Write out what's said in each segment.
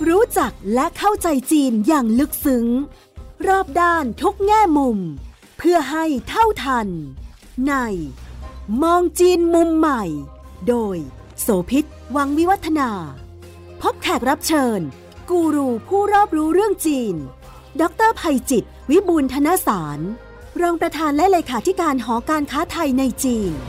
รู้จักและเข้าใจจีนอย่างลึกซึ้งรอบด้านทุกแง่มุมเพื่อให้เท่าทันในมองจีนมุมใหม่โดยโสภิต วังวิวัฒนาพบแขกรับเชิญกูรูผู้รอบรู้เรื่องจีนดร.ไพจิตร วิบูลย์ธนสารรองประธานและเลขาธิการหอการค้าไทยในจีน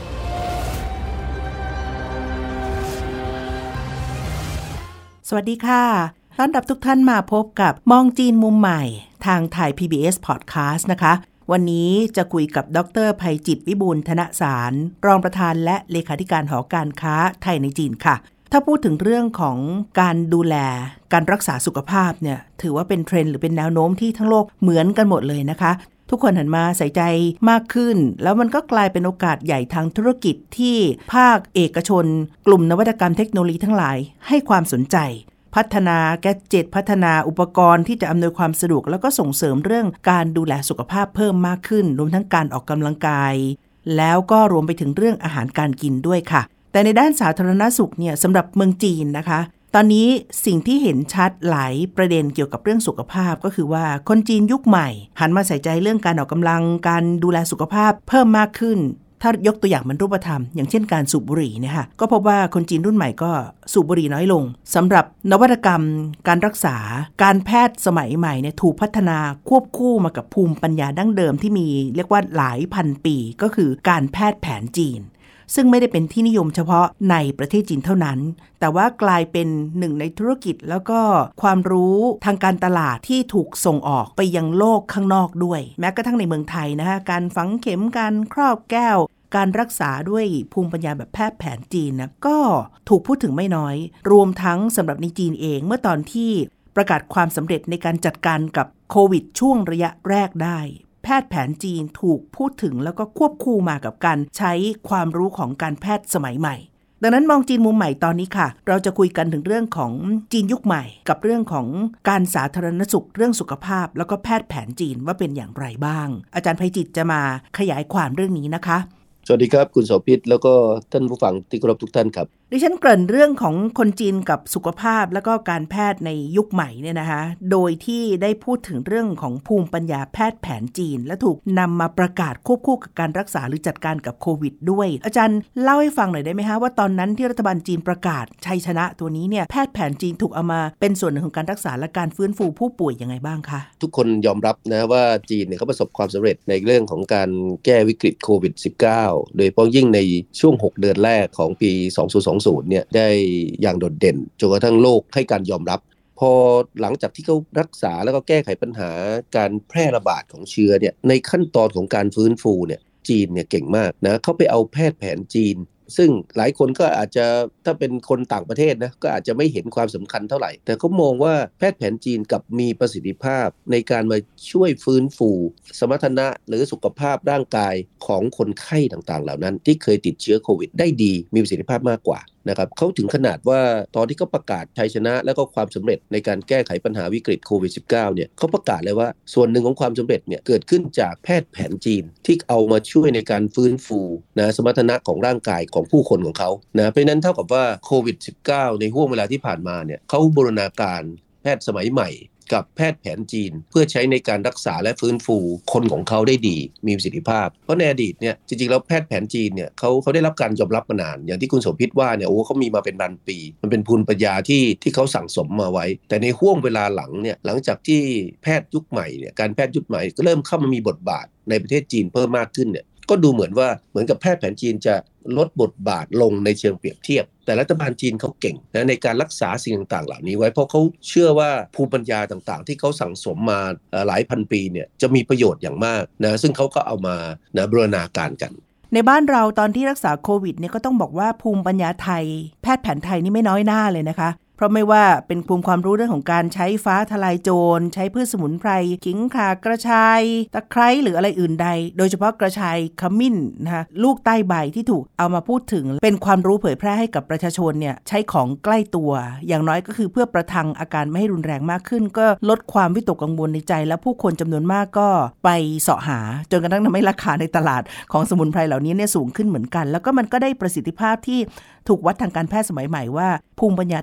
สวัสดีค่ะต้อนรับทุกท่านมาพบกับมองจีนมุมใหม่ทางไทย PBS Podcast นะคะวันนี้จะคุยกับดร.ไพจิตร วิบูลย์ธนสารรองประธานและเลขาธิการหอการค้าไทยในจีนค่ะถ้าพูดถึงเรื่องของการดูแลการรักษาสุขภาพเนี่ยถือว่าเป็นเทรนด์หรือเป็นแนวโน้มที่ทั้งโลกเหมือนกันหมดเลยนะคะทุกคนหันมาใส่ใจมากขึ้นแล้วมันก็กลายเป็นโอกาสใหญ่ทางธุรกิจที่ภาคเอกชนกลุ่มนวัตกรรมเทคโนโลยีทั้งหลายให้ความสนใจพัฒนาแกดเจ็ตพัฒนาอุปกรณ์ที่จะอำนวยความสะดวกแล้วก็ส่งเสริมเรื่องการดูแลสุขภาพเพิ่มมากขึ้นรวมทั้งการออกกำลังกายแล้วก็รวมไปถึงเรื่องอาหารการกินด้วยค่ะแต่ในด้านสาธารณสุขเนี่ยสำหรับเมืองจีนนะคะตอนนี้สิ่งที่เห็นชัดหลายประเด็นเกี่ยวกับเรื่องสุขภาพก็คือว่าคนจีนยุคใหม่หันมาใส่ใจเรื่องการออกกำลังการดูแลสุขภาพเพิ่มมากขึ้นถ้ายกตัวอย่างมันรูปธรรมอย่างเช่นการสูบบุหรี่เนี่ยค่ะก็พบว่าคนจีนรุ่นใหม่ก็สูบบุหรี่น้อยลงสำหรับนวัตกรรมการรักษาการแพทย์สมัยใหม่เนี่ยถูกพัฒนาควบคู่มากับภูมิปัญญาดั้งเดิมที่มีเรียกว่าหลายพันปีก็คือการแพทย์แผนจีนซึ่งไม่ได้เป็นที่นิยมเฉพาะในประเทศจีนเท่านั้นแต่ว่ากลายเป็นหนึ่งในธุรกิจแล้วก็ความรู้ทางการตลาดที่ถูกส่งออกไปยังโลกข้างนอกด้วยแม้กระทั่งในเมืองไทยนะคะการฝังเข็มการครอบแก้วการรักษาด้วยภูมิปัญญาแบบแพทย์แผนจีนนะก็ถูกพูดถึงไม่น้อยรวมทั้งสำหรับในจีนเองเมื่อตอนที่ประกาศความสำเร็จในการจัดการกับโควิดช่วงระยะแรกได้แพทย์แผนจีนถูกพูดถึงแล้วก็ควบคู่มากับการใช้ความรู้ของการแพทย์สมัยใหม่ดังนั้นมองจีนมุมใหม่ตอนนี้ค่ะเราจะคุยกันถึงเรื่องของจีนยุคใหม่กับเรื่องของการสาธารณสุขเรื่องสุขภาพแล้วก็แพทย์แผนจีนว่าเป็นอย่างไรบ้างอาจารย์ไพจิตรจะมาขยายความเรื่องนี้นะคะสวัสดีครับคุณโสภิตแล้วก็ท่านผู้ฟังที่เคารพทุกท่านครับดิฉันเกริ่นเรื่องของคนจีนกับสุขภาพแล้วก็การแพทย์ในยุคใหม่เนี่ยนะคะโดยที่ได้พูดถึงเรื่องของภูมิปัญญาแพทย์แผนจีนและถูกนำมาประกาศควบคู่กับการรักษาหรือจัดการกับโควิดด้วยอาจารย์เล่าให้ฟังหน่อยได้ไหมคะว่าตอนนั้นที่รัฐบาลจีนประกาศชัยชนะตัวนี้เนี่ยแพทย์แผนจีนถูกเอามาเป็นส่วนหนึ่งของการรักษาและการฟื้นฟูผู้ป่วยยังไงบ้างคะทุกคนยอมรับนะว่าจีนเนี่ยเขาประสบความสำเร็จในเรื่องของการแก้วิกฤตโควิด -19 โดยเฉพาะยิ่งในช่วง6เดือนแรกของปี2020เนี่ยได้อย่างโดดเด่นจนกระทั่งโลกให้การยอมรับพอหลังจากที่เขารักษาแล้วก็แก้ไขปัญหาการแพร่ระบาดของเชื้อเนี่ยในขั้นตอนของการฟื้นฟูเนี่ยจีนเนี่ยเก่งมากนะเขาไปเอาแพทย์แผนจีนซึ่งหลายคนก็อาจจะถ้าเป็นคนต่างประเทศนะก็อาจจะไม่เห็นความสำคัญเท่าไหร่แต่เขามองว่าแพทย์แผนจีนกับมีประสิทธิภาพในการมาช่วยฟื้นฟูสมรรถนะหรือสุขภาพร่างกายของคนไข้ต่างๆเหล่านั้นที่เคยติดเชื้อโควิดได้ดีมีประสิทธิภาพมากกว่านะครับเขาถึงขนาดว่าตอนที่เขาประกาศชัยชนะและก็ความสำเร็จในการแก้ไขปัญหาวิกฤตโควิด -19 เนี่ยเขาประกาศเลยว่าส่วนหนึ่งของความสำเร็จเนี่ยเกิดขึ้นจากแพทย์แผนจีนที่เอามาช่วยในการฟื้นฟูนะสมรรถนะของร่างกายของผู้คนของเขานะเพราะนั้นเท่ากับว่าโควิด -19 ในห่วงเวลาที่ผ่านมาเนี่ยเขาบูรณาการแพทย์สมัยใหม่กับแพทย์แผนจีนเพื่อใช้ในการรักษาและฟื้นฟูคนของเขาได้ดีมีประสิทธิภาพเพราะในอดีตเนี่ยจริงๆแล้วแพทย์แผนจีนเนี่ยเขาได้รับการยอมรับมานานอย่างที่คุณโสภิตว่าเนี่ยเขามีมาเป็นพันปีมันเป็นภูมิปัญญาที่เขาสั่งสมมาไว้แต่ในห่วงเวลาหลังเนี่ยหลังจากที่แพทย์ยุคใหม่เนี่ยการแพทย์ยุคใหม่ก็เริ่มเข้ามามีบทบาทในประเทศจีนเพิ่มมากขึ้นเนี่ยก็ดูเหมือนกับแพทย์แผนจีนจะลดบทบาทลงในเชิงเปรียบเทียบแต่รัฐบาลจีนเขาเก่งนะในการรักษาสิ่งต่างๆเหล่านี้ไว้เพราะเขาเชื่อว่าภูมิปัญญาต่างๆที่เขาสั่งสมมาหลายพันปีเนี่ยจะมีประโยชน์อย่างมากนะซึ่งเขาก็เอามานะบูรณาการกันในบ้านเราตอนที่รักษาโควิดเนี่ยก็ต้องบอกว่าภูมิปัญญาไทยแพทย์แผนไทยนี่ไม่น้อยหน้าเลยนะคะเพราะไม่ว่าเป็นภูมิความรู้เรื่องของการใช้ฟ้าทลายโจรใช้พืชสมุนไพรขิงข่ากระชายตะไคร้หรืออะไรอื่นใดโดยเฉพาะกระชายขมิ้นนะคะลูกใต้ใบที่ถูกเอามาพูดถึงเป็นความรู้เผยแพร่ให้กับประชาชนเนี่ยใช้ของใกล้ตัวอย่างน้อยก็คือเพื่อประทังอาการไม่ให้รุนแรงมากขึ้นก็ลดความวิตกกังวลในใจและผู้คนจำนวนมากก็ไปเสาะหาจนกระทั่งทำให้ราคาในตลาดของสมุนไพรเหล่านี้เนี่ยสูงขึ้นเหมือนกันแล้วก็มันก็ได้ประสิทธิภาพที่ถูกวัดทางการแพทย์สมัยใหม่ว่าภูมิปัญญาไทยเราก็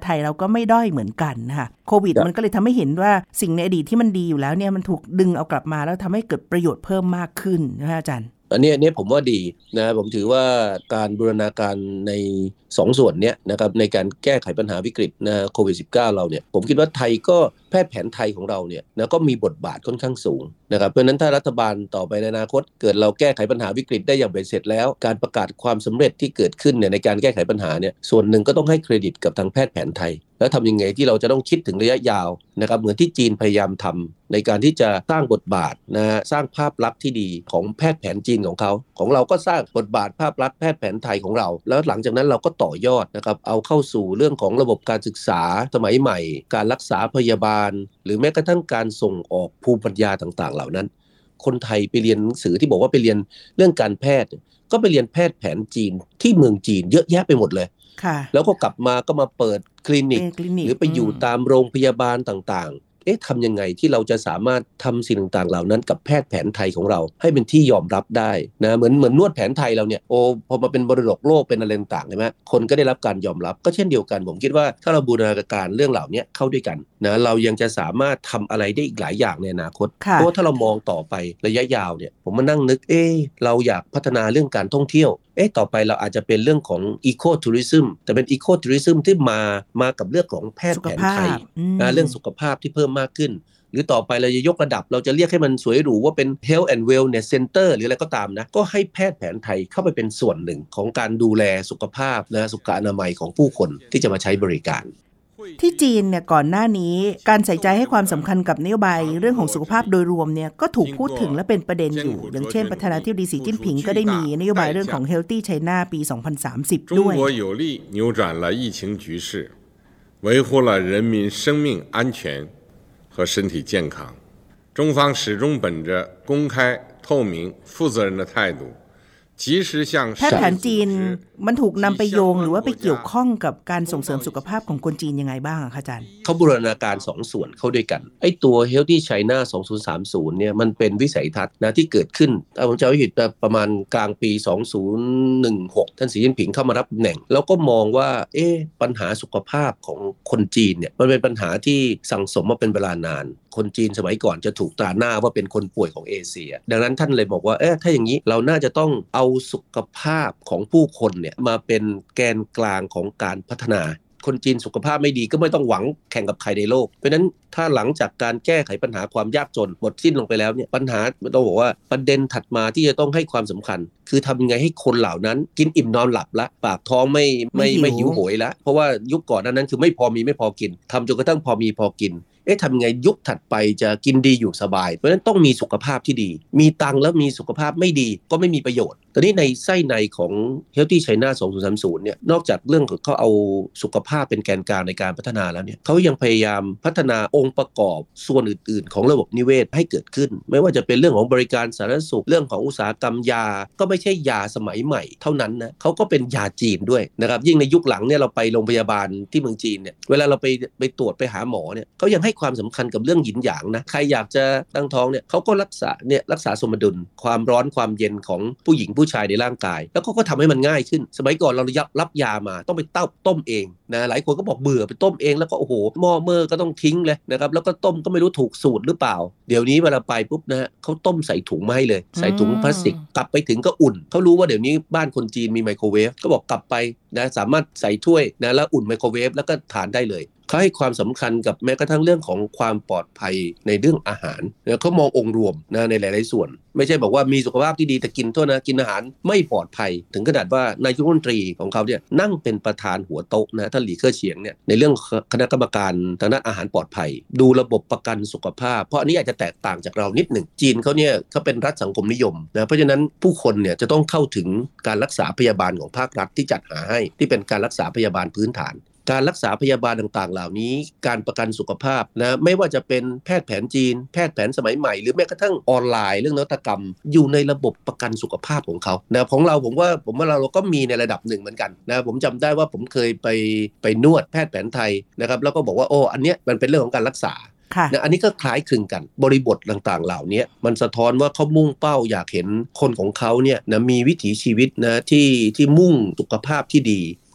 ไม่ด้อยเหมือนกันนะคะโควิดมันก็เลยทำให้เห็นว่าสิ่งในอดีตที่มันดีอยู่แล้วเนี่ยมันถูกดึงเอากลับมาแล้วทำให้เกิดประโยชน์เพิ่มมากขึ้นนะคะอาจารย์อันนี้ผมว่าดีนะผมถือว่าการบูรณาการใน2ส่วนเนี้ยนะครับในการแก้ไขปัญหาวิกฤตนะโควิด -19 เราเนี่ยผมคิดว่าไทยก็แพทย์แผนไทยของเราเนี่ยนะก็มีบทบาทค่อนข้างสูงนะครับเพราะฉะนั้นถ้ารัฐบาลต่อไปในอนาคตเกิดเราแก้ไขปัญหาวิกฤตได้อย่างเบ็ดเสร็จแล้วการประกาศความสำเร็จที่เกิดขึ้นเนี่ยในการแก้ไขปัญหาเนี่ยส่วนหนึ่งก็ต้องให้เครดิตกับทางแพทย์แผนไทยแล้วทำยังไงที่เราจะต้องคิดถึงระยะยาวนะครับเหมือนที่จีนพยายามทำในการที่จะสร้างบทบาทนะสร้างภาพลักษณ์ที่ดีของแพทย์แผนจีนของเขาของเราก็สร้างบทบาทภาพลักษณ์แพทย์แผนไทยของเราแล้วหลังจากนั้นเราก็ต่อยอดนะครับเอาเข้าสู่เรื่องของระบบการศึกษาสมัยใหม่การรักษาพยาบาลหรือแม้กระทั่งการส่งออกภูมิปัญญาต่างๆเหล่านั้นคนไทยไปเรียนหนังสือที่บอกว่าไปเรียนเรื่องการแพทย์ก็ไปเรียนแพทย์แผนจีนที่เมืองจีนเยอะแยะไปหมดเลยแล้วก็กลับมาก็มาเปิดคลินิกหรือไปอยู่ตามโรงพยาบาลต่างๆทำยังไงที่เราจะสามารถทำสิ่งต่างๆเหล่านั้นกับแพทย์แผนไทยของเราให้เป็นที่ยอมรับได้นะเหมือนนวดแผนไทยเราเนี่ยพอมาเป็นมรดกโลกเป็นอะไรต่างๆใช่ไหมคนก็ได้รับการยอมรับก็เช่นเดียวกันผมคิดว่าถ้าเราบูรณาการเรื่องเหล่านี้เข้าด้วยกันนะเรายังจะสามารถทำอะไรได้อีกหลายอย่างในอนาคตเพราะถ้าเรามองต่อไประยะยาวเนี่ยผมมานั่งนึกเราอยากพัฒนาเรื่องการท่องเที่ยวต่อไปเราอาจจะเป็นเรื่องของอีโคทัวริซึมแต่เป็นอีโคทัวริซึมที่มากับเรื่องของแพทย์แผนไทยเรื่องสุขภาพที่เพิ่มมากขึ้นหรือต่อไปเราจะยกระดับเราจะเรียกให้มันสวยหรูว่าเป็น Health and Wellness Center หรืออะไรก็ตามนะก็ให้แพทย์แผนไทยเข้าไปเป็นส่วนหนึ่งของการดูแลสุขภาพนะสุขอนามัยของผู้คนที่จะมาใช้บริการที่จีนเนี่ยก่อนหน้านี้การใส่ใจให้ความสำคัญกับนโยบายเรื่องของสุขภาพโดยรวมเนี่ยก็ถูกพูดถึงและเป็นประเด็นอยู่อย่างเช่นประธานาธิบดีสีจิ้นผิงก็ได้มีนโยบายเรื่องของ Healthy China ปี 2030 ด้วย中国有力扭转了疫情局势维护了人民生命安全和身体健康中方始终本着公开透明负责任的态度แพทย์แผนจีนมันถูกนำไปโยงหรือว่าไปเกี่ยวข้องกับการส่งเสริมสุขภาพของคนจีนยังไงบ้างคะอาจารย์เขาบูรณาการ2ส่วนเข้าด้วยกันตัว Healthy China 2030เนี่ยมันเป็นวิสัยทัศน์นะที่เกิดขึ้นผมจำไม่ผิดประมาณกลางปี2016ท่านสีจิ้นผิงเข้ามารับตำแหน่งแล้วก็มองว่าปัญหาสุขภาพของคนจีนเนี่ยมันเป็นปัญหาที่สั่งสมมาเป็นเวลานานคนจีนสมัยก่อนจะถูกตราหน้าว่าเป็นคนป่วยของเอเชียดังนั้นท่านเลยบอกว่าถ้าอย่างนี้เราน่าจะต้องเอาสุขภาพของผู้คนเนี่ยมาเป็นแกนกลางของการพัฒนาคนจีนสุขภาพไม่ดีก็ไม่ต้องหวังแข่งกับใครในโลกเพราะฉะนั้นถ้าหลังจากการแก้ไขปัญหาความยากจนหมดสิ้นลงไปแล้วเนี่ยปัญหาต้องบอกว่าประเด็นถัดมาที่จะต้องให้ความสำคัญคือทำยังไงให้คนเหล่านั้นกินอิ่มนอนหลับละปากท้องไม่หิวโหยละเพราะว่ายุคก่อนนั้นคือไม่พอมีไม่พอกินทำจนกระทั่งพอมีพอกินทำยังไงยุคถัดไปจะกินดีอยู่สบายเพราะฉะนั้นต้องมีสุขภาพที่ดีมีตังค์แล้วมีสุขภาพไม่ดีก็ไม่มีประโยชน์ตอนนี้ในไส้ในของ Healthy China 2030เนี่ยนอกจากเรื่องของเขาเอาสุขภาพเป็นแกนกลางในการพัฒนาแล้วเนี่ยเขายังพยายามพัฒนาองค์ประกอบส่วนอื่นๆของระบบนิเวศให้เกิดขึ้นไม่ว่าจะเป็นเรื่องของบริการสาธารณสุขเรื่องของอุตสาหกรรมยาก็ไม่ใช่ยาสมัยใหม่เท่านั้นนะเขาก็เป็นยาจีนด้วยนะครับยิ่งในยุคหลังเนี่ยเราไปโรงพยาบาลที่เมืองจีนเนี่ยเวลาเราไปตรวจไปหาหมอเนี่ยเขายังให้ความสำคัญกับเรื่องหยินหยางนะใครอยากจะตั้งท้องเนี่ยเขาก็รักษาสมดุลความร้อนความเย็นของผู้หญิงผู้ชายในร่างกายแล้วก็ทำให้มันง่ายขึ้นสมัยก่อนเรารับยามาต้องไปต้มเองนะหลายคนก็บอกเบื่อไปต้มเองแล้วก็โอ้โหหม้อเมื่อก็ต้องทิ้งเลยนะครับแล้วก็ต้มก็ไม่รู้ถูกสูตรหรือเปล่าเดี๋ยวนี้เวลาไปปุ๊บนะเขาต้มใส่ถุงมาให้เลยใส่ถุงพลาสติกกลับไปถึงก็อุ่นเขารู้ว่าเดี๋ยวนี้บ้านคนจีนมีไมโครเวฟก็บอกกลับไปนะสามารถใส่ถ้วยนะแล้วอุ่นไมโครเวฟแล้วก็ทานได้เลยเขาให้ความสำคัญกับแม้กระทั่งเรื่องของความปลอดภัยในเรื่องอาหารเขามององค์รวมนะในหลายๆส่วนไม่ใช่บอกว่ามีสุขภาพที่ดีแต่กินอาหารไม่ปลอดภัยถึงขนาดว่านายกรัฐมนตรีของเขาเนี่ยนั่งเป็นประธานหัวโต๊ะนะท่านหลีเค่อเฉียงเนี่ยในเรื่องคณะกรรมการทางด้านอาหารปลอดภัยดูระบบประกันสุขภาพเพราะอันนี้อาจจะแตกต่างจากเรานิดหนึ่งจีนเขาเนี่ยเขาเป็นรัฐสังคมนิยมนะเพราะฉะนั้นผู้คนเนี่ยจะต้องเข้าถึงการรักษาพยาบาลของภาครัฐที่จัดหาให้ที่เป็นการรักษาพยาบาลพื้นฐานการรักษาพยาบาลต่างๆเหล่านี้การประกันสุขภาพนะไม่ว่าจะเป็นแพทย์แผนจีนแพทย์แผนสมัยใหม่หรือแม้กระทั่งออนไลน์เรื่องนวัตกรรมอยู่ในระบบประกันสุขภาพของเขานะของเราผมว่าเราก็มีในระดับหนึ่งเหมือนกันนะผมจำได้ว่าผมเคยไปนวดแพทย์แผนไทยนะครับแล้วก็บอกว่าอันเนี้ยมันเป็นเรื่องของการรักษานะอันนี้ก็คล้ายคลึงกันบริบทต่างๆเหล่านี้มันสะท้อนว่าเขามุ่งเป้าอยากเห็นคนของเขาเนี่ยนะมีวิถีชีวิตนะที่มุ่งสุขภาพที่ดี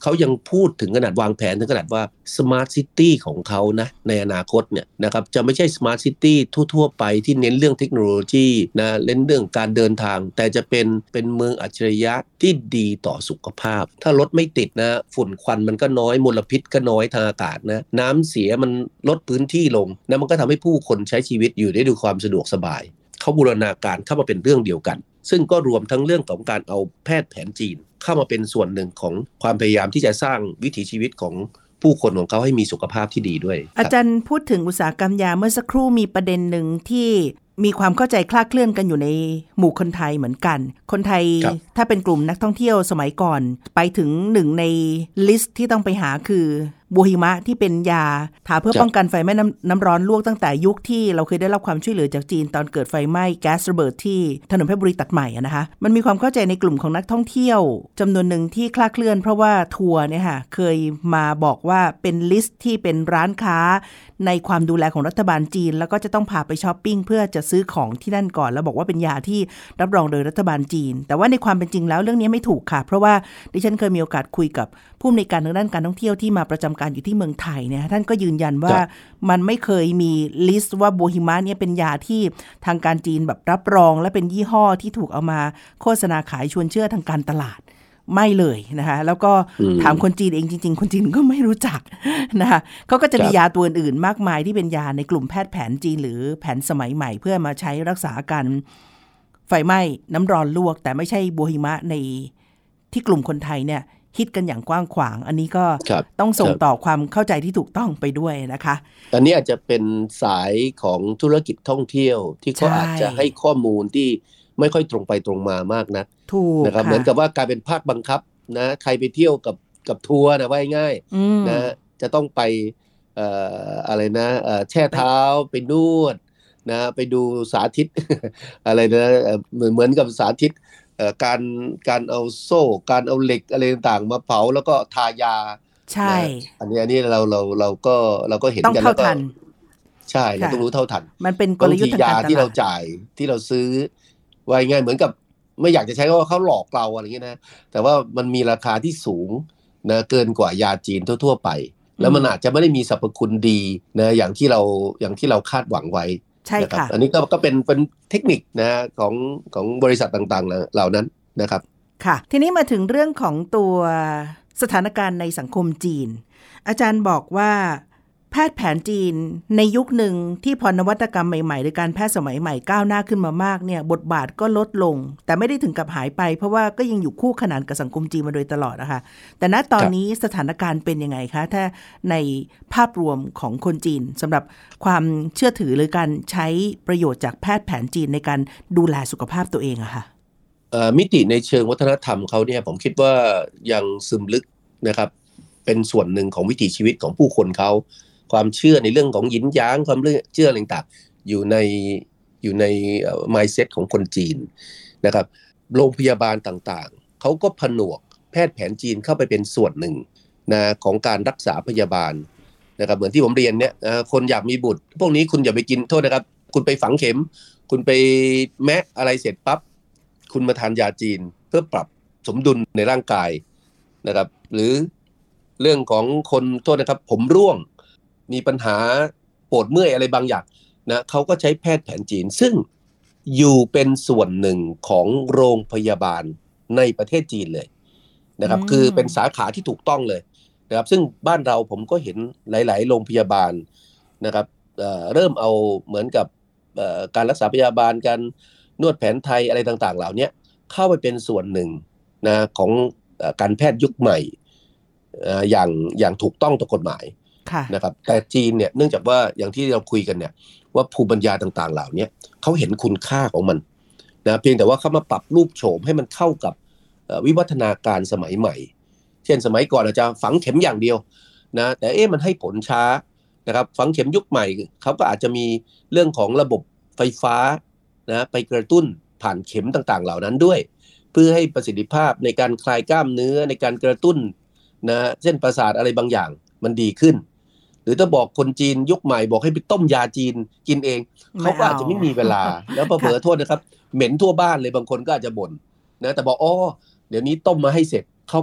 เขายังพูดถึงขนาดวางแผนถึงขนาดว่า Smart City ของเขานะในอนาคตเนี่ยนะครับจะไม่ใช่ Smart City ทั่วๆไปที่เน้นเรื่องเทคโนโลยีนะเน้นเรื่องการเดินทางแต่จะเป็นเมืองอัจฉริยะที่ดีต่อสุขภาพถ้ารถไม่ติดนะฝุ่นควันมันก็น้อยมลพิษก็น้อยทางอากาศนะน้ำเสียมันลดพื้นที่ลงนะมันก็ทำให้ผู้คนใช้ชีวิตอยู่ได้ด้วยความสะดวกสบายเขาบูรณาการเข้ามาเป็นเรื่องเดียวกันซึ่งก็รวมทั้งเรื่องของการเอาแพทย์แผนจีนเข้ามาเป็นส่วนหนึ่งของความพยายามที่จะสร้างวิถีชีวิตของผู้คนของเขาให้มีสุขภาพที่ดีด้วยอาจารย์พูดถึงอุตสาหกรรมยาเมื่อสักครู่มีประเด็นหนึ่งที่มีความเข้าใจคลาดเคลื่อนกันอยู่ในหมู่คนไทยเหมือนกันคนไทยถ้าเป็นกลุ่มนักท่องเที่ยวสมัยก่อนไปถึงหนึ่งในลิสต์ที่ต้องไปหาคือบัวหิมะที่เป็นยาทาเพื่อป้องกันไฟไหม้น้ำร้อนลวกตั้งแต่ยุคที่เราเคยได้รับความช่วยเหลือจากจีนตอนเกิดไฟไหม้แก๊สระเบิดที่ถนนเพชรบุรีตัดใหม่นะคะมันมีความเข้าใจในกลุ่มของนักท่องเที่ยวจำนวนหนึ่งที่คลาดเคลื่อนเพราะว่าทัวร์เนี่ยค่ะเคยมาบอกว่าเป็นลิสต์ที่เป็นร้านค้าในความดูแลของรัฐบาลจีนแล้วก็จะต้องพาไปช้อปปิ้งเพื่อจะซื้อของที่นั่นก่อนแล้วบอกว่าเป็นยาที่รับรองโดยรัฐบาลจีนแต่ว่าในความเป็นจริงแล้วเรื่องนี้ไม่ถูกค่ะเพราะว่าดิฉันเคยมีโอกาสคุยกับผู้อำนวยการทางด้านการท่องเที่ยวที่มาประจำการอยู่ที่เมืองไทยเนี่ยท่านก็ยืนยันว่ามันไม่เคยมีลิสต์ว่าบัวหิมะเนี่ยเป็นยาที่ทางการจีนแบบรับรองและเป็นยี่ห้อที่ถูกเอามาโฆษณาขายชวนเชื่อทางการตลาดไม่เลยนะคะแล้วก็ถามคนจีนเองจริงๆคนจีนก็ไม่รู้จักนะคะเขาก็จะมียาตัวอื่นๆมากมายที่เป็นยาในกลุ่มแพทย์แผนจีนหรือแผนสมัยใหม่เพื่อมาใช้รักษาการไฟไหม้น้ำร้อนลวกแต่ไม่ใช่บัวหิมะในที่กลุ่มคนไทยเนี่ยฮิตกันอย่างกว้างขวางอันนี้ก็ต้องส่งต่อความเข้าใจที่ถูกต้องไปด้วยนะคะอันนี้อาจจะเป็นสายของธุรกิจท่องเที่ยวที่เขาอาจจะให้ข้อมูลที่ไม่ค่อยตรงไปตรงมามากนักนะครับเหมือนกับว่ากลายเป็นภาคบังคับนะใครไปเที่ยวกับทัวร์นะว่าง่ายนะจะต้องไปอะไรนะแช่เท้าไปนวดนะไปดูสาธิต อะไรนะเหมือนกับสาธิตการเอาโซ่การเอาเหล็กอะไรต่างๆมาเผาแล้วก็ทายาใช่อันนี้เราก็เห็นกันแล้วก็ใช่เราต้องรู้เท่าทันมันเป็นกลยุทธ์ทางการตลาดที่เราจ่ายที่เราซื้อไว้ง่ายเหมือนกับไม่อยากจะใช้ว่าเขาหลอกเราอะไรอย่างเงี้ยนะแต่ว่ามันมีราคาที่สูงนะเกินกว่ายาจีนทั่วๆไปแล้วมันอาจจะไม่ได้มีสรรพคุณดีนะอย่างที่เราคาดหวังไว้ใช่ค่ะอันนี้ก็เป็นเทคนิคนะของบริษัทต่างๆเหล่านั้นนะครับค่ะทีนี้มาถึงเรื่องของตัวสถานการณ์ในสังคมจีนอาจารย์บอกว่าแพทย์แผนจีนในยุคหนึ่งที่พอนวัตกรรมใหม่ๆหรือการแพทย์สมัยใหม่ก้าวหน้าขึ้นมามากเนี่ยบทบาทก็ลดลงแต่ไม่ได้ถึงกับหายไปเพราะว่าก็ยังอยู่คู่ขนานกับสังคมจีนมาโดยตลอดนะคะแต่ณตอนนี้สถานการณ์เป็นยังไงคะถ้าในภาพรวมของคนจีนสำหรับความเชื่อถือหรือการใช้ประโยชน์จากแพทย์แผนจีนในการดูแลสุขภาพตัวเองอะค่ะมิติในเชิงวัฒนธรรมเขาเนี่ยผมคิดว่ายังซึมลึกนะครับเป็นส่วนหนึ่งของวิถีชีวิตของผู้คนเขาความเชื่อในเรื่องของหยินหยางความเชื่อต่างๆอยู่ในmindset ของคนจีนนะครับโรงพยาบาลต่างๆเขาก็ผนวกแพทย์แผนจีนเข้าไปเป็นส่วนหนึ่งนะของการรักษาพยาบาลนะครับเหมือนที่ผมเรียนเนี่ยคนอยากมีบุตรพวกนี้คุณอย่าไปกินโทษนะครับคุณไปฝังเข็มคุณไปแมะอะไรเสร็จปั๊บคุณมาทานยาจีนเพื่อปรับสมดุลในร่างกายนะครับหรือเรื่องของคนโทษนะครับผมร่วงมีปัญหาปวดเมื่อยอะไรบางอย่างนะเขาก็ใช้แพทย์แผนจีนซึ่งอยู่เป็นส่วนหนึ่งของโรงพยาบาลในประเทศจีนเลยนะครับคือเป็นสาขาที่ถูกต้องเลยนะครับซึ่งบ้านเราผมก็เห็นหลายๆโรงพยาบาลนะครับเริ่มเอาเหมือนกับการรักษาพยาบาลการนวดแผนไทยอะไรต่างๆเหล่านี้เข้าไปเป็นส่วนหนึ่งนะของการแพทย์ยุคใหม่อย่างถูกต้องต่อกฎหมายนะครับแต่จีนเนี่ยเนื่องจากว่าอย่างที่เราคุยกันเนี่ยว่าภูมิปัญญาต่างๆเหล่านี้เขาเห็นคุณค่าของมันนะเพียงแต่ว่าเขามาปรับรูปโฉมให้มันเข้ากับวิวัฒนาการสมัยใหม่เช่นสมัยก่อนอาจจะฝังเข็มอย่างเดียวนะแต่มันให้ผลช้านะครับฝังเข็มยุคใหม่เขาก็อาจจะมีเรื่องของระบบไฟฟ้านะไปกระตุ้นผ่านเข็มต่างๆเหล่านั้นด้วยเพื่อให้ประสิทธิภาพในการคลายกล้ามเนื้อในการกระตุ้นนะเส้นประสาทอะไรบางอย่างมันดีขึ้นหรือถ้าบอกคนจีนยุคใหม่บอกให้ไปต้มยาจีนกินเองเขาก็อาจจะไม่มีเวลาแล้วเผลอโทษนะครับเหม็นทั่วบ้านเลยบางคนก็อาจจะบ่นนะแต่บอกเดี๋ยวนี้ต้มมาให้เสร็จเขาก็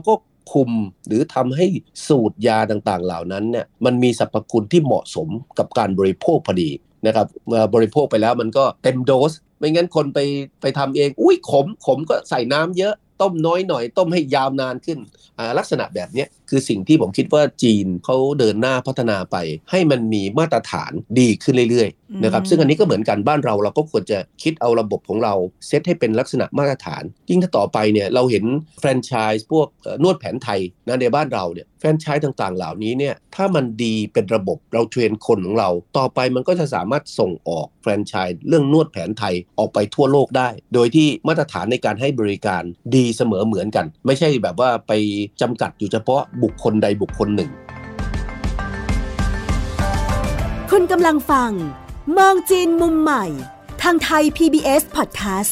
คุมหรือทำให้สูตรยาต่างๆเหล่านั้นเนี่ยมันมีสรรพคุณที่เหมาะสมกับการบริโภคพอดีนะครับเมื่อบริโภคไปแล้วมันก็เต็มโดสไม่งั้นคนไปทำเองอุ้ยขมก็ใส่น้ำเยอะต้มน้อยหน่อยต้มให้ยาวนานขึ้นลักษณะแบบนี้คือสิ่งที่ผมคิดว่าจีนเขาเดินหน้าพัฒนาไปให้มันมีมาตรฐานดีขึ้นเรื่อยๆนะครับซึ่งอันนี้ก็เหมือนกันบ้านเราก็ควรจะคิดเอาระบบของเราเซตให้เป็นลักษณะมาตรฐานยิ่งถ้าต่อไปเนี่ยเราเห็นแฟรนไชส์พวกนวดแผนไทยนะในบ้านเราเนี่ยแฟรนไชส์ต่างๆเหล่านี้เนี่ยถ้ามันดีเป็นระบบเราเทรนคนของเราต่อไปมันก็จะสามารถส่งออกแฟรนไชส์เรื่องนวดแผนไทยออกไปทั่วโลกได้โดยที่มาตรฐานในการให้บริการดีเสมอเหมือนกันไม่ใช่แบบว่าไปจำกัดอยู่เฉพาะบุคคลใดบุคคลหนึ่งคุณกำลังฟังมองจีนมุมใหม่ทางไทย PBS Podcast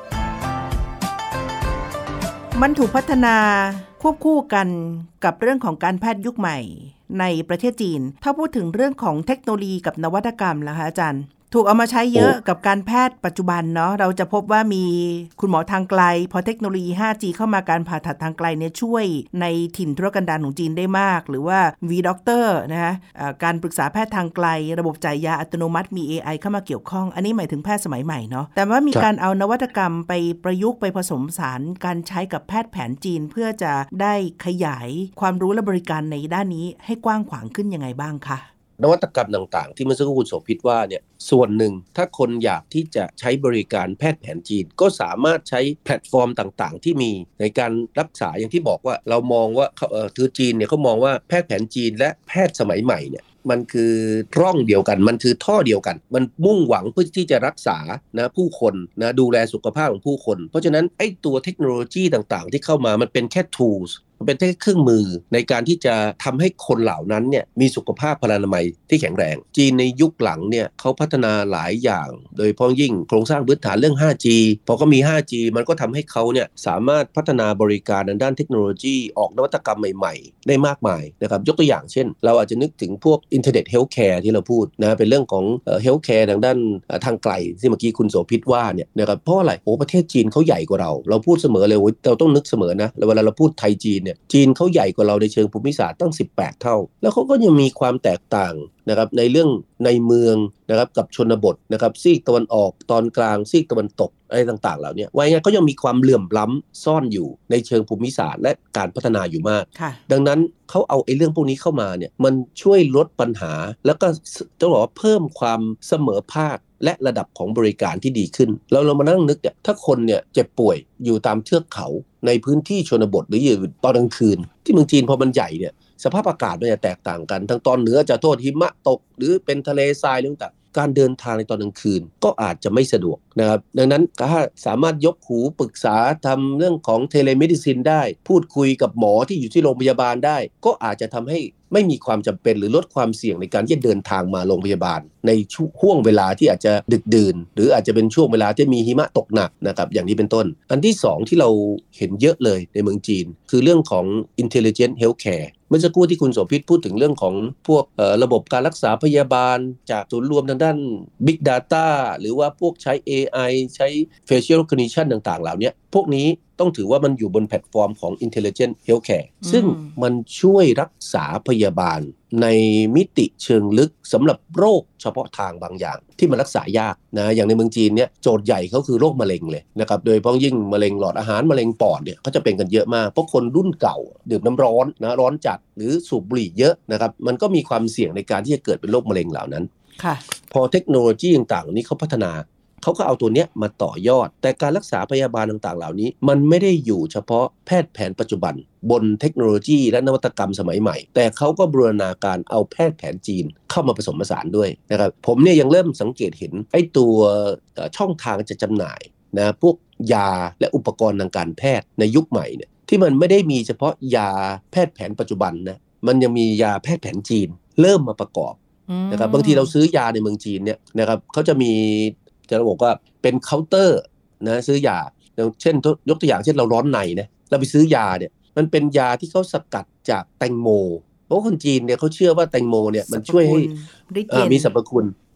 มันถูกพัฒนาควบคู่กันกับเรื่องของการแพทย์ยุคใหม่ในประเทศจีนถ้าพูดถึงเรื่องของเทคโนโลยีกับนวัตกรรมล่ะคะอาจารย์ถูกเอามาใช้เยอะกับการแพทย์ปัจจุบันเนาะเราจะพบว่ามีคุณหมอทางไกลพอเทคโนโลยี 5G เข้ามาการผ่าตัดทางไกลเนี่ยช่วยในถิ่นทุรกันดารของจีนได้มากหรือว่า V-Doctor นะคะการปรึกษาแพทย์ทางไกลระบบจ่ายยาอัตโนมัติมี AI เข้ามาเกี่ยวข้องอันนี้หมายถึงแพทย์สมัยใหม่เนาะแต่ว่ามีการเอานวัตกรรมไปประยุกต์ไปผสมผสานการใช้กับแพทย์แผนจีนเพื่อจะได้ขยายความรู้และบริการในด้านนี้ให้กว้างขวางขึ้นยังไงบ้างคะนวัตกรรมต่างๆที่เมื่อสักครู่คุณโสภิตว่าเนี่ยส่วนหนึ่งถ้าคนอยากที่จะใช้บริการแพทย์แผนจีนก็สามารถใช้แพลตฟอร์มต่างๆที่มีในการรักษาอย่างที่บอกว่าเรามองว่าคือจีนเนี่ยเขามองว่าแพทย์แผนจีนและแพทย์สมัยใหม่เนี่ยมันคือร่องเดียวกันมันคือท่อเดียวกันมันมุ่งหวังเพื่อที่จะรักษานะผู้คนนะดูแลสุขภาพของผู้คนเพราะฉะนั้นไอ้ตัวเทคโนโลยีต่างๆที่เข้ามามันเป็นแค่ toolsเป็นแค่เครื่องมือในการที่จะทำให้คนเหล่านั้นเนี่ยมีสุขภาพพลานามัยที่แข็งแรงจีนในยุคหลังเนี่ยเขาพัฒนาหลายอย่างโดยเฉพาะยิ่งโครงสร้างพื้นฐานเรื่อง 5G พอก็มี 5G มันก็ทำให้เขาเนี่ยสามารถพัฒนาบริการด้านเทคโนโลยีออกนวัตกรรมใหม่ๆได้มากมายนะครับยกตัวอย่างเช่นเราอาจจะนึกถึงพวกอินเทอร์เน็ตเฮลท์แคร์ที่เราพูดนะเป็นเรื่องของเฮลท์แคร์ทางด้านทางไกลที่เมื่อกี้คุณโสภิตว่าเนี่ยนะครับเพราะอะไรประเทศจีนเขาใหญ่กว่าเราพูดเสมอเลยเราต้องนึกเสมอนะเวลาเราพูดไทยจีนเนี่ยจีนเขาใหญ่กว่าเราในเชิงภูมิศาสตร์ตั้ง18เท่าแล้วเขาก็ยังมีความแตกต่างนะครับในเรื่องในเมืองนะครับกับชนบทนะครับซีกตะวันออกตอนกลางซีกตะวันตกอะไรต่างๆเหล่านี้ไว้ไงก็ยังมีความเหลื่อมล้ำซ่อนอยู่ในเชิงภูมิศาสตร์และการพัฒนาอยู่มากดังนั้นเขาเอาไอ้เรื่องพวกนี้เข้ามาเนี่ยมันช่วยลดปัญหาแล้วก็ต้องบอกว่าเพิ่มความเสมอภาคและระดับของบริการที่ดีขึ้นเรามานั่งนึกเนี่ยถ้าคนเนี่ยเจ็บป่วยอยู่ตามเทือกเขาในพื้นที่ชนบทหรืออยู่ตอนกลางคืนที่เมืองจีนพอมันใหญ่เนี่ยสภาพอากาศมันจะแตกต่างกันทั้งตอนเหนือจะโทษหิมะตกหรือเป็นทะเลทรายต่างๆการเดินทางในตอนกลางคืนก็อาจจะไม่สะดวกนะครับดังนั้นถ้าสามารถยกหูปรึกษาทำเรื่องของเทเลเมดิซินได้พูดคุยกับหมอที่อยู่ที่โรงพยาบาลได้ก็อาจจะทำให้ไม่มีความจำเป็นหรือลดความเสี่ยงในการที่จะเดินทางมาโรงพยาบาลในช่วงเวลาที่อาจจะดึกดื่นหรืออาจจะเป็นช่วงเวลาที่มีหิมะตกหนักนะครับอย่างนี้เป็นต้นอันที่2ที่เราเห็นเยอะเลยในเมืองจีนคือเรื่องของ Intelligent Healthcare เมื่อสักครู่ที่คุณโสภิตพูดถึงเรื่องของพวกระบบการรักษาพยาบาลจากศูนย์รวมทางด้าน Big Data หรือว่าพวกใช้ AI ใช้ Facial Recognition ต่างๆเหล่านี้พวกนี้ต้องถือว่ามันอยู่บนแพลตฟอร์มของ Intelligent Healthcare ซึ่งมันช่วยรักษาพยาบาลในมิติเชิงลึกสำหรับโรคเฉพาะทางบางอย่างที่มันรักษายากนะอย่างในเมืองจีนเนี่ยโจทย์ใหญ่เขาคือโรคมะเร็งเลยนะครับโดยเฉพาะยิ่งมะเร็งหลอดอาหารมะเร็งปอดเนี่ยเขาจะเป็นกันเยอะมากเพราะคนรุ่นเก่าดื่มน้ำร้อนนะร้อนจัดหรือสูบบุหรี่เยอะนะครับมันก็มีความเสี่ยงในการที่จะเกิดเป็นโรคมะเร็งเหล่านั้นพอเทคโนโลยีต่างๆนี้เขาพัฒนาเขาก็เอาตัวเนี้ยมาต่อยอดแต่การรักษาพยาบาลต่างๆเหล่านี้มันไม่ได้อยู่เฉพาะแพทย์แผนปัจจุบันบนเทคโนโลยีและนวัตกรรมสมัยใหม่แต่เขาก็บูรณาการเอาแพทย์แผนจีนเข้ามาผสมผสานด้วยนะครับผมเนี่ยยังเริ่มสังเกตเห็นไอ้ตัวช่องทางจะจำหน่ายนะพวกยาและอุปกรณ์ทางการแพทย์ในยุคใหม่เนี่ยที่มันไม่ได้มีเฉพาะยาแพทย์แผนปัจจุบันนะมันยังมียาแพทย์แผนจีนเริ่มมาประกอบนะครับบางทีเราซื้อยาในเมืองจีนเนี่ยนะครับเขาจะมีจะบอกว่าเป็นเคาน์เตอร์นะซื้อยาเช่นยกตัวอย่างเช่นเราร้อนในนะเราไปซื้อยาเนี่ยมันเป็นยาที่เขาสกัดจากแตงโมเพราะคนจีนเนี่ยเขาเชื่อว่าแตงโมเนี่ยมันช่วยให้มีสรรพคุณ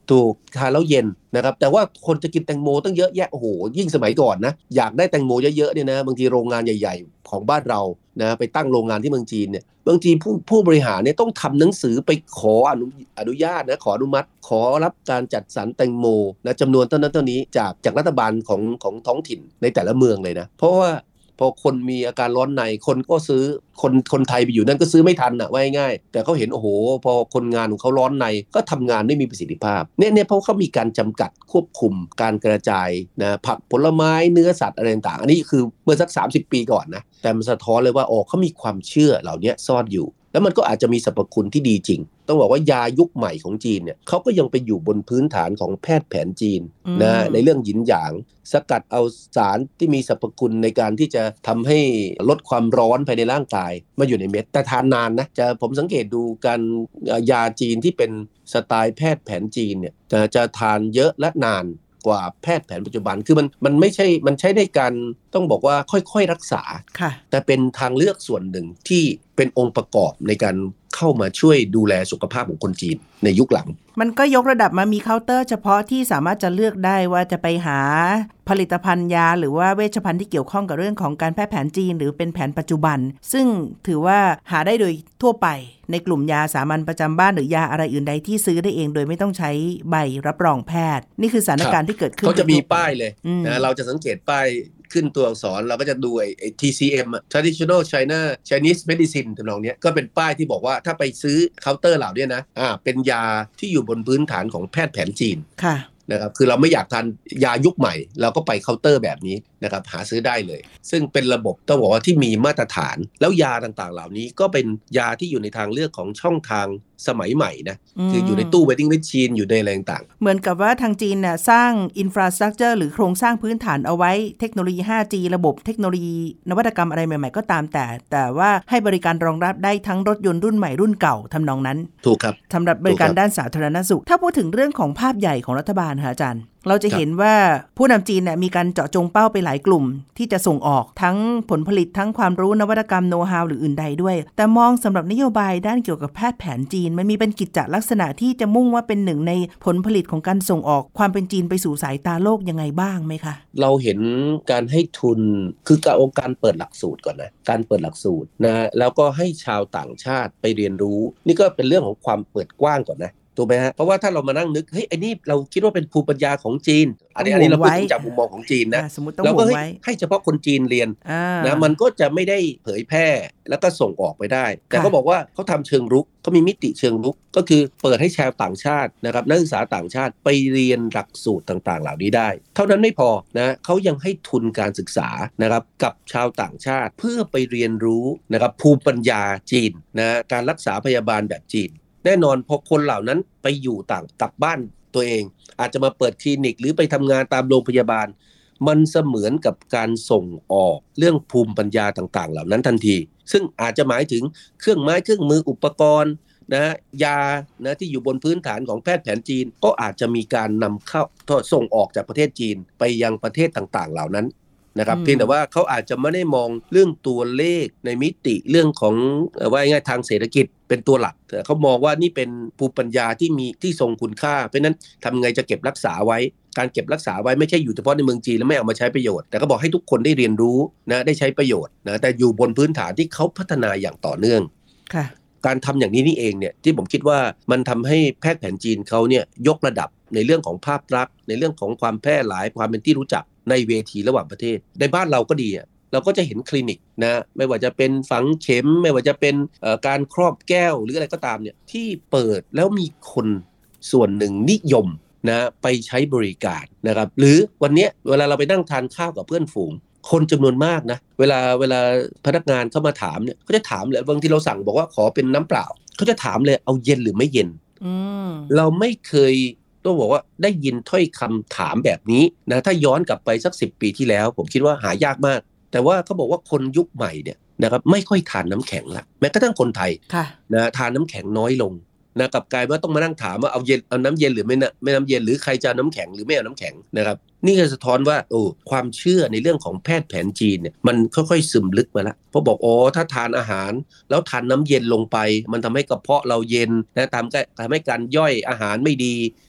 ถูกทานแล้วเย็นนะครับแต่ว่าคนจะกินแตงโมตั้งเยอะแยะโอ้โหยิ่งสมัยก่อนนะอยากได้แตงโมเยอะๆเนี่ยนะบางทีโรงงานใหญ่ๆของบ้านเรานะไปตั้งโรงงานที่เมืองจีนเนี่ยบางทีผู้บริหารเนี่ยต้องทำหนังสือไปขออนุญาตนะขออนุมัติขอรับการจัดสรรแตงโมนะจำนวนเท่านั้นเท่านี้จากรัฐบาลของท้องถิ่นในแต่ละเมืองเลยนะเพราะว่าพอคนมีอาการร้อนในคนก็ซื้อคนไทยไปอยู่นั่นก็ซื้อไม่ทันว่าง่ายๆแต่เขาเห็นโอ้โหพอคนงานของเขาร้อนในก็ทำงานไม่มีประสิทธิภาพเนี่ยเพราะเขามีการจำกัดควบคุมการกระจายนะผักผลไม้เนื้อสัตว์อะไรต่างๆอันนี้คือเมื่อสัก30 ปีก่อนนะแต่มันสะท้อนเลยว่าเขามีความเชื่อเหล่านี้ซ่อนอยู่แล้วมันก็อาจจะมีสรรพคุณที่ดีจริงต้องบอกว่ายายุคใหม่ของจีนเนี่ยเขาก็ยังไปอยู่บนพื้นฐานของแพทย์แผนจีนนะในเรื่องหยินหยางสกัดเอาสารที่มีสรรพคุณในการที่จะทำให้ลดความร้อนภายในร่างกายมาอยู่ในเม็ดแต่ทานนานนะผมสังเกตดูการยาจีนที่เป็นสไตล์แพทย์แผนจีนเนี่ยจะทานเยอะและนานกว่าแพทย์แผนปัจจุบันคือมันไม่ใช่มันใช้ในการต้องบอกว่าค่อยๆรักษาแต่เป็นทางเลือกส่วนหนึ่งที่เป็นองค์ประกอบในการเข้ามาช่วยดูแลสุขภาพของคนจีนในยุคหลังมันก็ยกระดับมามีเคาน์เตอร์เฉพาะที่สามารถจะเลือกได้ว่าจะไปหาผลิตภัณฑ์ยาหรือว่าเวชภัณฑ์ที่เกี่ยวข้องกับเรื่องของการแพทย์แผนจีนหรือเป็นแผนปัจจุบันซึ่งถือว่าหาได้โดยทั่วไปในกลุ่มยาสามัญประจำบ้านหรือยาอะไรอื่นใดที่ซื้อได้เองโดยไม่ต้องใช้ใบรับรองแพทย์นี่คือสถานการณ์ที่เกิดขึ้นเขาจะมีป้ายเลยนะเราจะสังเกตป้ายขึ้นตัวอักษรเราก็จะดูไอ้ TCM Traditional Chinese Medicine ทำนองนี้ก็เป็นป้ายที่บอกว่าถ้าไปซื้อเคาน์เตอร์เหล่านี้นะเป็นยาที่อยู่บนพื้นฐานของแพทย์แผนจีนนะครับคือเราไม่อยากทานยายุคใหม่เราก็ไปเคาน์เตอร์แบบนี้นะครับหาซื้อได้เลยซึ่งเป็นระบบต้องบอกว่าที่มีมาตรฐานแล้วยาต่างๆเหล่านี้ก็เป็นยาที่อยู่ในทางเลือกของช่องทางสมัยใหม่นะคืออยู่ในตู้ vending machine อยู่ในอะไรต่างๆเหมือนกับว่าทางจีนน่ะสร้างอินฟราสตรัคเจอร์หรือโครงสร้างพื้นฐานเอาไว้เทคโนโลยี 5G ระบบเทคโนโลยีนวัตกรรมอะไรใหม่ๆก็ตามแต่ว่าให้บริการรองรับได้ทั้งรถยนต์รุ่นใหม่รุ่นเก่าทำนองนั้นถูกครับสำหรับบริการด้านสาธารณสุขถ้าพูดถึงเรื่องของภาพใหญ่ของรัฐบาลค่ะอาจารย์เราจะเห็นว่าผู้นำจีนเนี่ยมีการเจาะจงเป้าไปหลายกลุ่มที่จะส่งออกทั้งผลผลิตทั้งความรู้นวัตกรรมโน้ตฮาวหรืออื่นใดด้วยแต่มองสำหรับนโยบายด้านเกี่ยวกับแพทย์แผนจีนมันมีเป็นกิจจลักษณะที่จะมุ่งว่าเป็นหนึ่งในผลผลิตของการส่งออกความเป็นจีนไปสู่สายตาโลกยังไงบ้างไหมคะเราเห็นการให้ทุนคือการเปิดหลักสูตรก่อนนะการเปิดหลักสูตรนะแล้วก็ให้ชาวต่างชาติไปเรียนรู้นี่ก็เป็นเรื่องของความเปิดกว้างก่อนนะถูกไหมฮะเพราะว่าถ้าเรามานั่งนึกเฮ้ยไอ้นี่เราคิดว่าเป็นภูมิปัญญาของจีนอันนี้เราพูดจากมุมมองของจีนนะเราก็ให้เฉพาะคนจีนเรียนนะมันก็จะไม่ได้เผยแพร่แล้วก็ส่งออกไปได้แต่เขาบอกว่าเขาทำเชิงรุกเขามีมิติเชิงรุกก็คือเปิดให้ชาวต่างชาตินะครับนักศึกษาต่างชาติไปเรียนหลักสูตรต่างๆเหล่านี้ได้เท่านั้นไม่พอนะเขายังให้ทุนการศึกษานะครับกับชาวต่างชาติเพื่อไปเรียนรู้นะครับภูมิปัญญาจีนนะการรักษาพยาบาลแบบจีนแน่นอนพอคนเหล่านั้นไปอยู่ต่างกลับบ้านตัวเองอาจจะมาเปิดคลินิกหรือไปทำงานตามโรงพยาบาลมันเสมือนกับการส่งออกเรื่องภูมิปัญญาต่างๆเหล่านั้นทันทีซึ่งอาจจะหมายถึงเครื่องไม้เครื่องมืออุปกรณ์นะยานะที่อยู่บนพื้นฐานของแพทย์แผนจีนก็อาจจะมีการนำเข้าส่งออกจากประเทศจีนไปยังประเทศต่างๆเหล่านั้นนะครับเพียงแต่ว่าเขาอาจจะไม่ได้มองเรื่องตัวเลขในมิติเรื่องของว่าง่ายทางเศรษฐกิจเป็นตัวหลักแต่เขามองว่านี่เป็นภูมิปัญญาที่ทรงคุณค่าเพราะนั้นทำไงจะเก็บรักษาไว้การเก็บรักษาไว้ไม่ใช่อยู่เฉพาะในเมืองจีนแล้วไม่เอามาใช้ประโยชน์แต่ก็บอกให้ทุกคนได้เรียนรู้นะได้ใช้ประโยชน์นะแต่อยู่บนพื้นฐานที่เขาพัฒนาอย่างต่อเนื่องการทำอย่างนี้นี่เองเนี่ยที่ผมคิดว่ามันทำให้แพทย์แผนจีนเขาเนี่ยยกระดับในเรื่องของภาพลักษณ์ในเรื่องของความแพร่หลายความเป็นที่รู้จักในเวทีระหว่างประเทศในบ้านเราก็ดีเราก็จะเห็นคลินิกนะไม่ว่าจะเป็นฝังเข็มไม่ว่าจะเป็นการครอบแก้วหรืออะไรก็ตามเนี่ยที่เปิดแล้วมีคนส่วนหนึ่งนิยมนะไปใช้บริการนะครับหรือวันนี้เวลาเราไปนั่งทานข้าวกับเพื่อนฝูงคนจำนวนมากนะเวลาพนักงานเข้ามาถามเนี่ยเขาจะถามเลยบางทีเราสั่งบอกว่าขอเป็นน้ำเปล่าเขาจะถามเลยเอาเย็นหรือไม่เย็นเราไม่เคยต้องบอกว่าได้ยินถ้อยคำถามแบบนี้นะถ้าย้อนกลับไปสัก10 ปีที่แล้วผมคิดว่าหายากมากแต่ว่าเขาบอกว่าคนยุคใหม่เนี่ยนะครับไม่ค่อยทานน้ำแข็งละแม้กระทั่งคนไทยนะทานน้ำแข็งน้อยลงนะกับกลายว่าต้องมานั่งถามว่าเอาน้ำเย็นหรือไม่น้ำเย็นหรือใครจะน้ำแข็งหรือไม่เอาน้ำแข็งนะครับนี่ก็สะท้อนว่าความเชื่อในเรื่องของแพทย์แผนจีนเนี่ยมันค่อยๆซึมลึกมาแล้วเพราะบอกถ้าทานอาหารแล้วทานน้ำเย็นลงไปมันทำให้กระเพาะเราเย็นนะทำให้การย่อยอาหารไม่ดี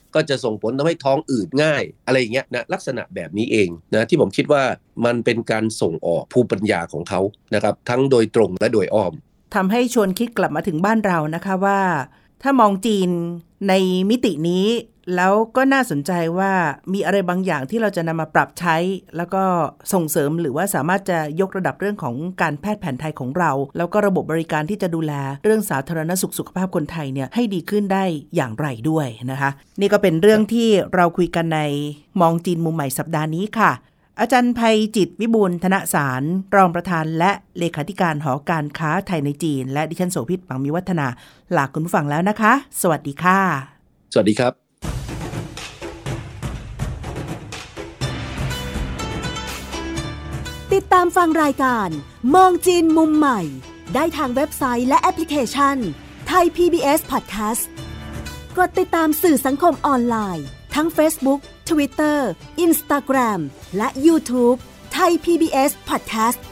ก็จะส่งผลทำให้ท้องอืดง่ายอะไรอย่างเงี้ยนะลักษณะแบบนี้เองนะที่ผมคิดว่ามันเป็นการส่งออกภูมิปัญญาของเขานะครับทั้งโดยตรงและโดยอ้อมทำให้ชวนคิดกลับมาถึงบ้านเรานะคะว่าถ้ามองจีนในมิตินี้แล้วก็น่าสนใจว่ามีอะไรบางอย่างที่เราจะนำมาปรับใช้แล้วก็ส่งเสริมหรือว่าสามารถจะยกระดับเรื่องของการแพทย์แผนไทยของเราแล้วก็ระบบบริการที่จะดูแลเรื่องสาธารณสุขสุขภาพคนไทยเนี่ยให้ดีขึ้นได้อย่างไรด้วยนะคะนี่ก็เป็นเรื่องที่เราคุยกันในมองจีนมุมใหม่สัปดาห์นี้ค่ะอาจารย์ไพจิตรวิบูลย์ธนสารรองประธานและเลขาธิการหอการค้าไทยในจีนและดิฉันโสภิต ปังมีวัฒนาลาคุณผู้ฟังแล้วนะคะสวัสดีค่ะสวัสดีครับติดตามฟังรายการมองจีนมุมใหม่ได้ทางเว็บไซต์และแอปพลิเคชันไทย PBS Podcast กดติดตามสื่อสังคมออนไลน์ทั้ง Facebook Twitter Instagram และ YouTube ไทย PBS Podcast